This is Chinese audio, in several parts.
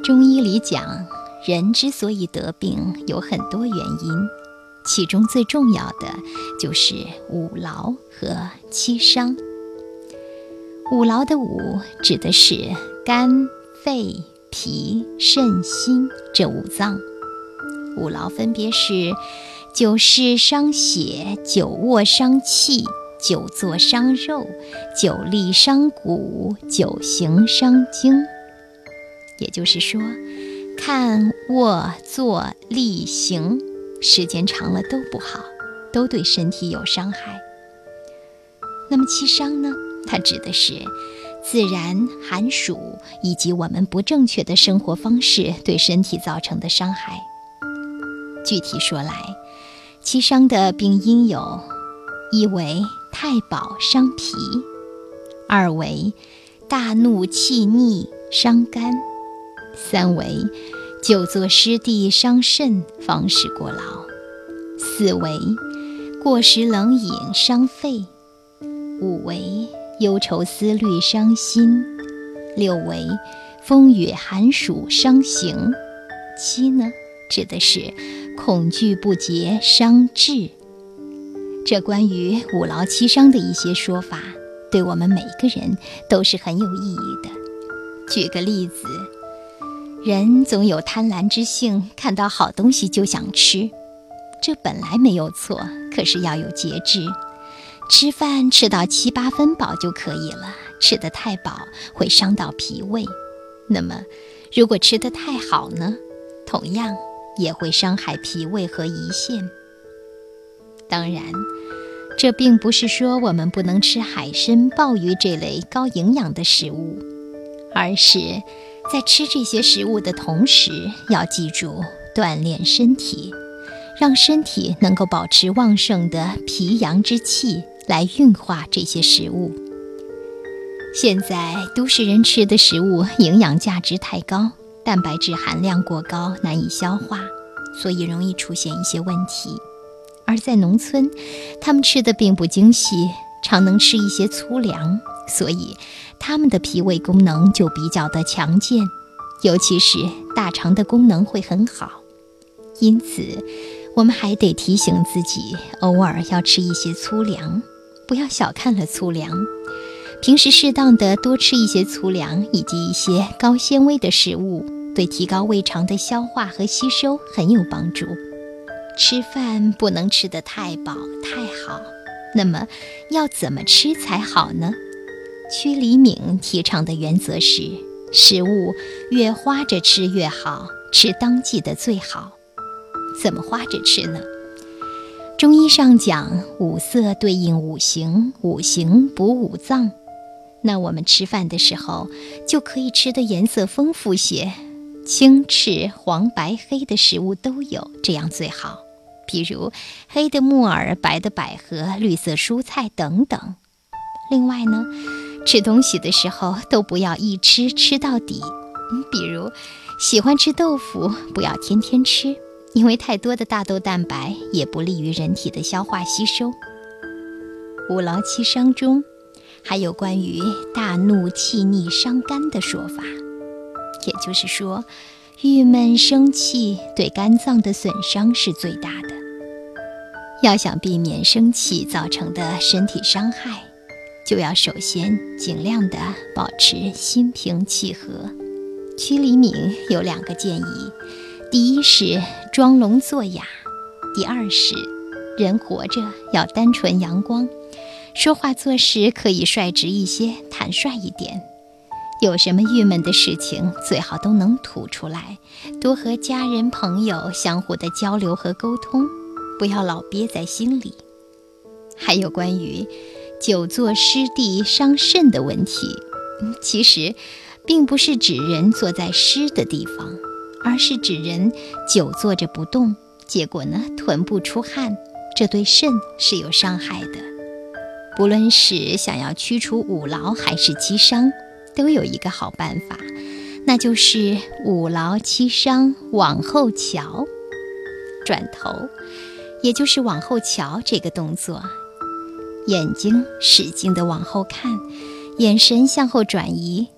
中医里讲，人之所以得病有很多原因，其中最重要的就是五劳和七伤。五劳的五指的是肝、肺、脾、肾、心这五脏。五劳分别是久视伤血，久卧伤气，久坐伤肉，久立伤骨，久行伤精。也就是说，看、卧、坐、立、行时间长了都不好，都对身体有伤害。那么七伤呢？它指的是自然、寒暑以及我们不正确的生活方式对身体造成的伤害。具体说来，七伤的病因有：一为太饱伤脾，二为大怒气逆伤肝，三为久坐湿地伤肾方使过劳，四为过食冷饮伤肺，五为忧愁思虑伤心，六为风雨寒暑伤形，七呢，指的是恐惧不节伤志。这关于五劳七伤的一些说法，对我们每个人都是很有意义的。举个例子，人总有贪婪之性，看到好东西就想吃，这本来没有错，可是要有节制。吃饭吃到7、8分饱就可以了，吃得太饱会伤到脾胃。那么如果吃得太好呢，同样也会伤害脾胃和胰腺。当然，这并不是说我们不能吃海参、鲍鱼这类高营养的食物，而是在吃这些食物的同时，要记住锻炼身体，让身体能够保持旺盛的脾阳之气来运化这些食物。现在都市人吃的食物营养价值太高，蛋白质含量过高，难以消化，所以容易出现一些问题。而在农村，他们吃的并不精细，常能吃一些粗粮，所以他们的脾胃功能就比较的强健，尤其是大肠的功能会很好。因此我们还得提醒自己，偶尔要吃一些粗粮，不要小看了粗粮。平时适当的多吃一些粗粮以及一些高纤维的食物，对提高胃肠的消化和吸收很有帮助。吃饭不能吃得太饱太好，那么要怎么吃才好呢？屈黎敏提倡的原则是，食物越花着吃越好，吃当季的最好。怎么花着吃呢？中医上讲，五色对应五行，五行补五脏。那我们吃饭的时候就可以吃的颜色丰富些，青赤黄白黑的食物都有，这样最好。比如黑的木耳、白的百合、绿色蔬菜等等。另外呢，吃东西的时候都不要一吃到底。比如喜欢吃豆腐，不要天天吃，因为太多的大豆蛋白也不利于人体的消化吸收。五劳七伤中还有关于大怒气逆伤肝的说法，也就是说，郁闷生气对肝脏的损伤是最大的。要想避免生气造成的身体伤害，就要首先尽量的保持心平气和。屈黎敏有2个建议，第一是装聋作哑，第二是人活着要单纯阳光，说话做事可以率直一些，坦率一点。有什么郁闷的事情，最好都能吐出来，多和家人朋友相互的交流和沟通，不要老憋在心里。还有关于久坐湿地伤肾的问题，其实并不是指人坐在湿的地方，而是指人久坐着不动，结果呢，臀部出汗，这对肾是有伤害的。不论是想要驱除五劳还是七伤，都有一个好办法，那就是五劳七伤往后瞧。转头，也就是往后瞧这个动作，眼睛使劲地往后看，眼神向后转移，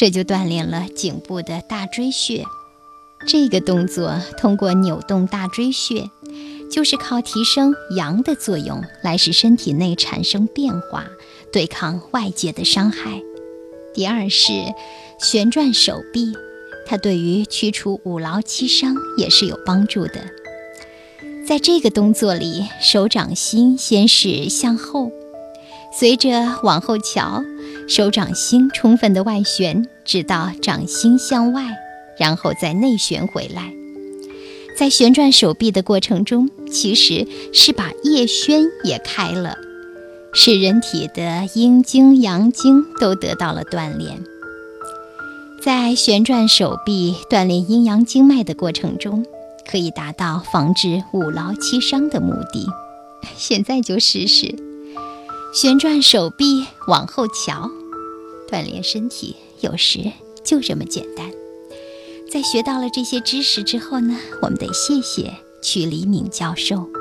这就锻炼了颈部的大椎穴。这个动作通过扭动大椎穴，就是靠提升阳的作用来使身体内产生变化，对抗外界的伤害。第二是旋转手臂，它对于驱除五劳七伤也是有帮助的。在这个动作里，手掌心先是向后，随着往后翘，手掌心充分的外旋，直到掌心向外，然后再内旋回来。在旋转手臂的过程中，其实是把腋轩也开了，使人体的阴经阳经都得到了锻炼。在旋转手臂锻炼阴阳经脉的过程中，可以达到防治五劳七伤的目的。现在就试试旋转手臂往后翘，锻炼身体有时就这么简单。在学到了这些知识之后呢，我们得谢谢曲黎敏教授。